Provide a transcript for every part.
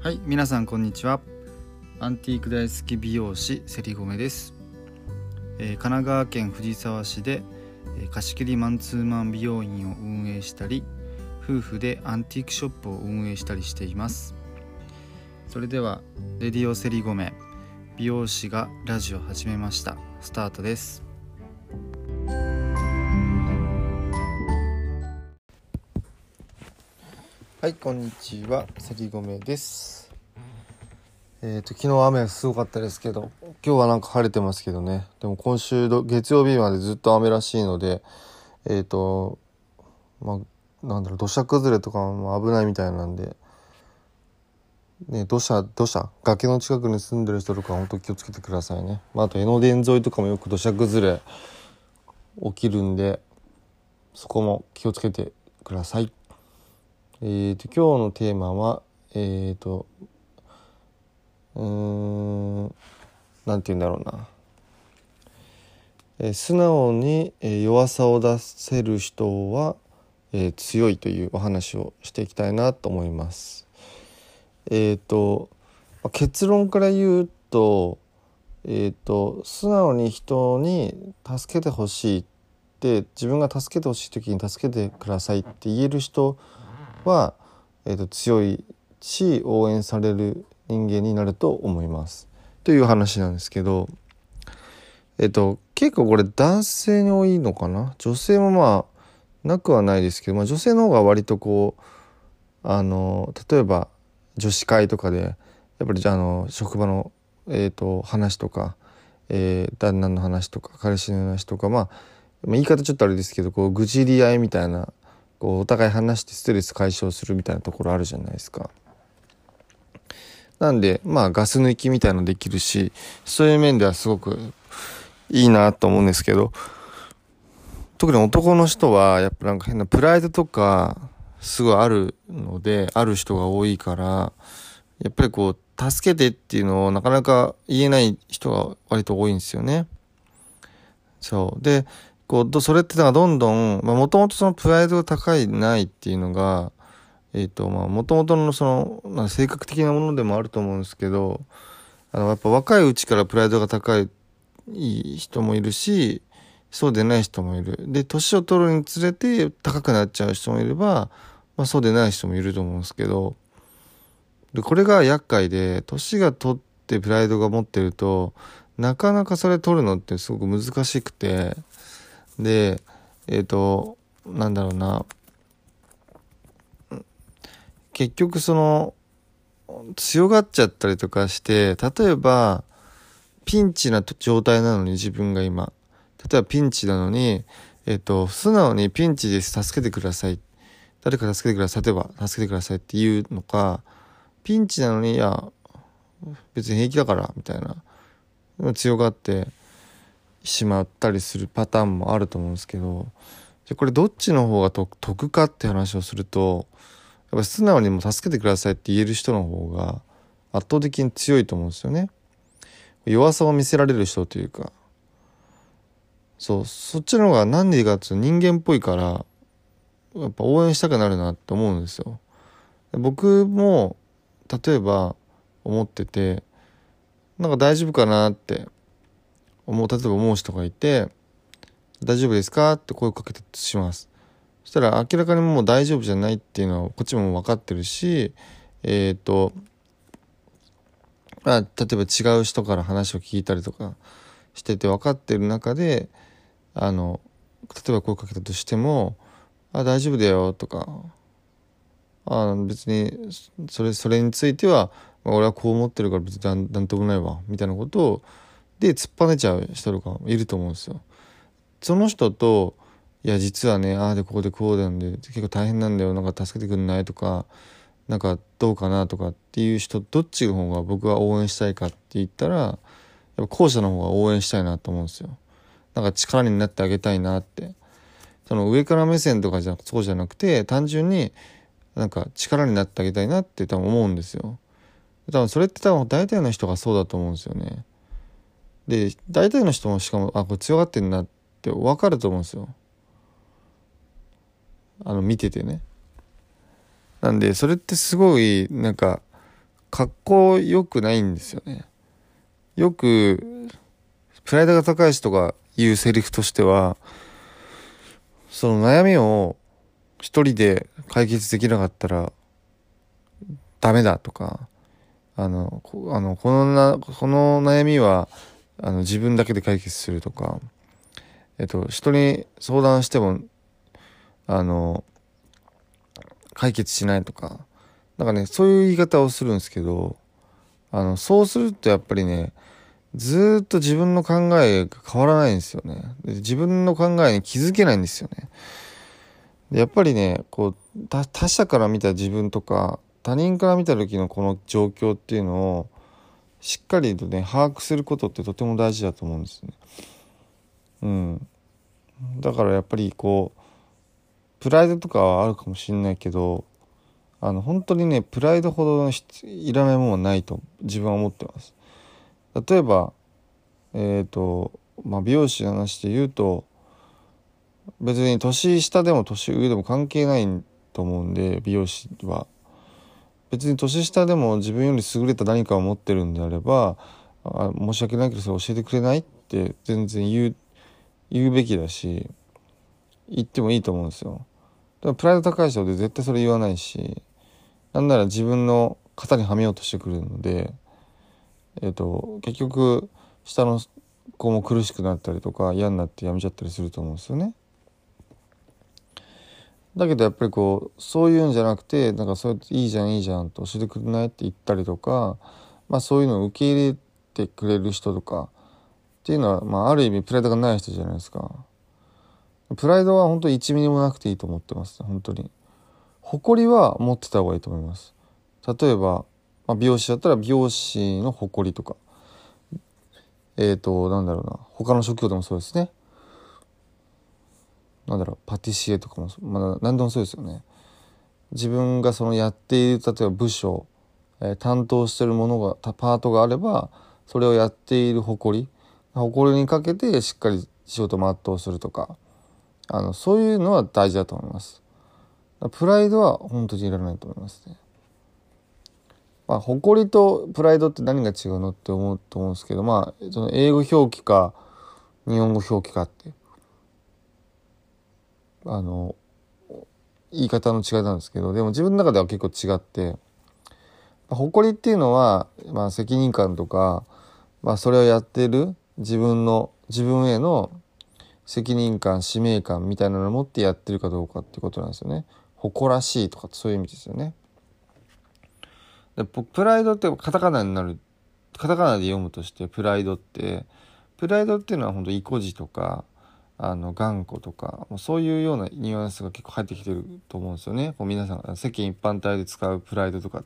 はい、皆さんこんにちは。アンティーク大好き美容師せりごめです。神奈川県藤沢市で、貸し切りマンツーマン美容院を運営したり、夫婦でアンティークショップを運営したりしています。それではレディオせりごめ美容師がラジオ始めました。スタートです。はい、こんにちは、せりごめです。昨日雨がすごかったですけど、今日はなんか晴れてますけどね。でも今週月曜日までずっと雨らしいので、土砂崩れとかも危ないみたいなんで、ね、崖の近くに住んでる人とか本当気をつけてくださいね。あと江ノ電沿いとかもよく土砂崩れ起きるんで、そこも気をつけてください。今日のテーマはなんて言うんだろうな、素直に弱さを出せる人は、強いというお話をしていきたいなと思います。結論から言うと、素直に人に助けてほしいって自分が助けてほしい時に助けてくださいって言える人は、強いし応援される人間になると思いますという話なんですけど、結構これ男性に多いのかな。女性もなくはないですけど、女性の方が割と例えば女子会とかでやっぱり職場の、話とか、旦那の話とか彼氏の話とか、言い方ちょっとあれですけど愚痴り合いみたいな、お互い話してストレス解消するみたいなところあるじゃないですか。なんでガス抜きみたいのできるし、そういう面ではすごくいいなと思うんですけど、特に男の人はやっぱなんか変なプライドとかすごいあるので、ある人が多いから、やっぱり助けてっていうのをなかなか言えない人が割と多いんですよね。そうでそれってどんどんもともとそのプライドが高いないっていうのがもともとのその性格的なものでもあると思うんですけど、やっぱ若いうちからプライドが高い人もいるし、そうでない人もいる。で年を取るにつれて高くなっちゃう人もいれば、そうでない人もいると思うんですけど、でこれが厄介で、年が取ってプライドが持ってるとなかなかそれ取るのってすごく難しくて、でなんだろうな、結局強がっちゃったりとかして、例えばピンチな状態なのに、自分が今例えばピンチなのに素直にピンチです助けてください、誰か助けてください、例えば助けてくださいっていうのか、ピンチなのにいや別に平気だからみたいな強がってしまったりするパターンもあると思うんですけど、じゃこれどっちの方が得かって話をすると、やっぱ素直にも助けてくださいって言える人の方が圧倒的に強いと思うんですよね。弱さを見せられる人というか、そっちの方がなんでいいかっていうと人間っぽいから、やっぱ応援したくなるなって思うんですよ。僕も例えば思ってて、なんか大丈夫かなって例えば思う人がいて、大丈夫ですかって声をかけてします。そしたら明らかにもう大丈夫じゃないっていうのはこっちも分かってるし、例えば違う人から話を聞いたりとかしてて分かってる中で、例えば声かけたとしても、大丈夫だよとか、別にそれについては、俺はこう思ってるから別になんともないわみたいなことで突っぱねちゃう人とかいると思うんですよ。その人と、いや実はね、でここでこうなんで結構大変なんだよ、なんか助けてくんないとか、なんかどうかなとかっていう人、どっちの方が僕は応援したいかって言ったら、やっぱ後者の方が応援したいなと思うんですよ。なんか力になってあげたいなって、その上から目線とかそうじゃなくて、単純になんか力になってあげたいなって多分思うんですよ。多分それって大体の人がそうだと思うんですよね。で大体の人もしかもこれ強がってんなって分かると思うんですよ、見ててね。なんでそれってすごいなんかかっこよくないんですよね。よくプライドが高い人が言うセリフとしては、その悩みを一人で解決できなかったらダメだとか、この悩みは自分だけで解決するとか、人に相談しても解決しないとか、なんかね、そういう言い方をするんですけど、そうするとやっぱりね、ずーっと自分の考えが変わらないんですよね。で、自分の考えに気づけないんですよね。で、やっぱりね、他者から見た自分とか、他人から見た時のこの状況っていうのを、しっかりとね、把握することってとても大事だと思うんですね。うん。だからやっぱりプライドとかはあるかもしれないけど、本当にね、プライドほどのいらないものはないと自分は思ってます。例えば、美容師の話で言うと、別に年下でも年上でも関係ないと思うんで、美容師は。別に年下でも自分より優れた何かを持ってるんであれば、申し訳ないけどそれ教えてくれないって全然言うべきだし、言ってもいいと思うんですよ。だからプライド高い人で絶対それ言わないし、なんなら自分の型にはめようとしてくるので、結局下の子も苦しくなったりとか嫌になってやめちゃったりすると思うんですよね。だけどやっぱりそういうんじゃなくて、なんかそうやっていいじゃんいいじゃんと教えてくれないって言ったりとか、そういうのを受け入れてくれる人とかっていうのは、ある意味プライドがない人じゃないですか。プライドは本当に1ミリもなくていいと思ってます。本当に誇りは持ってた方がいいと思います。例えば、美容師だったら美容師の誇りとか、なんだろうな、他の職業でもそうですね。パティシエとかも、何でもそうですよね。自分がそのやっている、例えば部署、担当しているものがパートがあれば、それをやっている誇りにかけてしっかり仕事を全うするとか、そういうのは大事だと思います。プライドは本当にいらないと思いますね。誇りとプライドって何が違うのって思うと思うんですけど、その英語表記か日本語表記かって言い方の違いなんですけど、でも自分の中では結構違って、誇りっていうのは、責任感とか、それをやってる自分への責任感、使命感みたいなのを持ってやってるかどうかっていうことなんですよね。誇らしいとかそういう意味ですよね。で、プライドってカタカナで読むとしてプライドっていうのは本当意固地とか頑固とか、そういうようなニュアンスが結構入ってきてると思うんですよね。皆さん世間一般体で使うプライドとかって、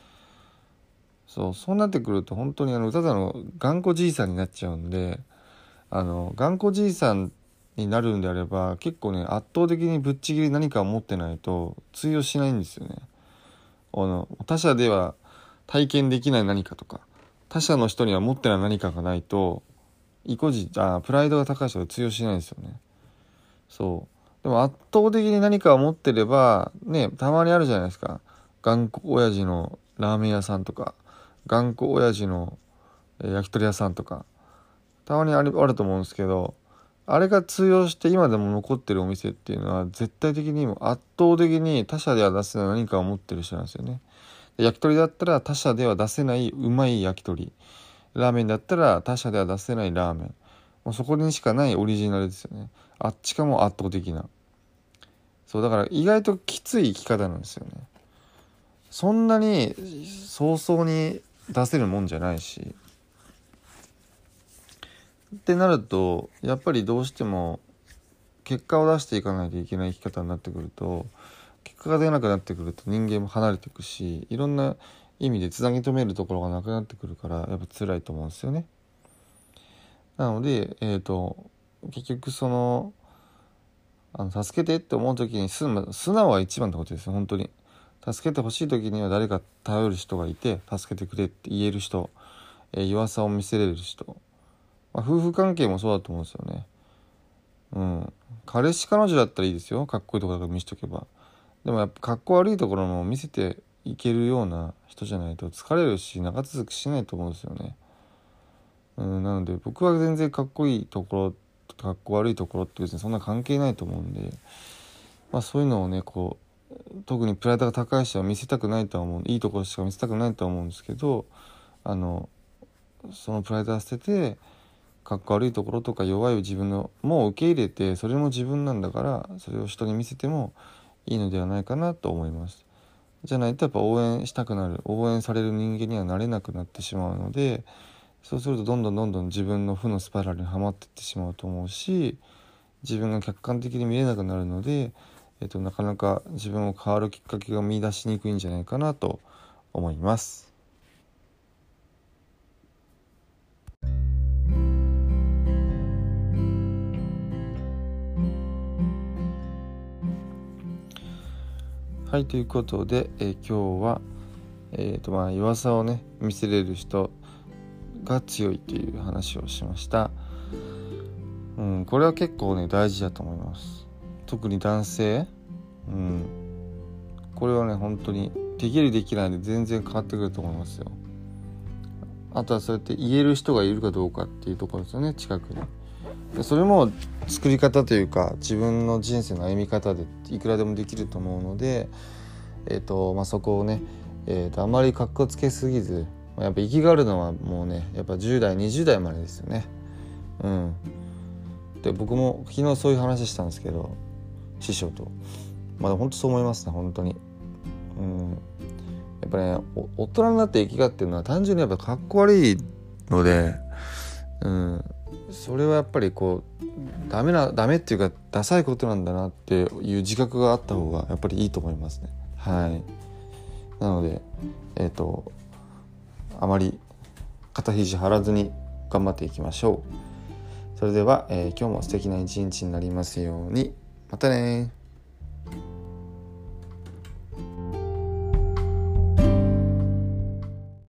そうなってくると本当にただの頑固じいさんになっちゃうんで、頑固じいさんになるんであれば結構ね、圧倒的にぶっちぎり何かを持ってないと通用しないんですよね。他者では体験できない何かとか、他者の人には持ってない何かがないとプライドが高い人が通用しないんですよね。でも圧倒的に何かを持ってればね、たまにあるじゃないですか。頑固親父のラーメン屋さんとか、頑固親父の焼き鳥屋さんとか、たまにあると思うんですけど、あれが通用して今でも残ってるお店っていうのは絶対的にも圧倒的に他社では出せない何かを持ってる人なんですよね。焼き鳥だったら他社では出せないうまい焼き鳥、ラーメンだったら他社では出せないラーメン、もうそこにしかないオリジナルですよね。あっちかも圧倒的な。だから意外ときつい生き方なんですよね。そんなに早々に出せるもんじゃないし、ってなるとやっぱりどうしても結果を出していかないといけない生き方になってくると、結果が出なくなってくると人間も離れていくし、いろんな意味でつなぎ止めるところがなくなってくるから、やっぱ辛いと思うんですよね。なので、結局助けてって思う時に素直は一番ってことですよ。本当に助けてほしい時には誰か頼る人がいて、助けてくれって言える人、弱さを見せれる人、夫婦関係もそうだと思うんですよね。彼氏彼女だったらいいですよ。かっこいいところだから見せとけば。でもやっぱかっこ悪いところも見せていけるような人じゃないと疲れるし長続きしないと思うんですよね。なので僕は全然かっこいいところかっこ悪いところって別にそんな関係ないと思うんで、そういうのをねこう特にプライドが高い人は見せたくないとは思う、いいところしか見せたくないとは思うんですけど、そのプライドは捨ててかっこ悪いところとか弱い自分のもう受け入れて、それも自分なんだからそれを人に見せてもいいのではないかなと思います。じゃないとやっぱ応援したくなる、応援される人間にはなれなくなってしまうので、そうするとどんどん自分の負のスパイラルにはまっていってしまうと思うし、自分が客観的に見れなくなるので、なかなか自分を変わるきっかけが見出しにくいんじゃないかなと思います。はい、ということで、今日は、弱さをね見せれる人が強いという話をしました。これは結構ね大事だと思います。特に男性、これはね本当にできるできないで全然変わってくると思いますよ。あとはそうやって言える人がいるかどうかっていうところですよね、近くに。でそれも作り方というか自分の人生の歩み方でいくらでもできると思うので、そこをね、あまりかっこつけすぎず、やっぱ生きがあるのはもうねやっぱ10代20代までですよね。で僕も昨日そういう話したんですけど、師匠と本当そう思いますね、本当に。やっぱね大人になって生きがってるのは単純にやっぱかっこ悪いので、それはやっぱりこうダメっていうかダサいことなんだなっていう自覚があった方がやっぱりいいと思いますね。はい。なのであまり肩肘張らずに頑張っていきましょう。それでは、今日も素敵な一日になりますように。またね。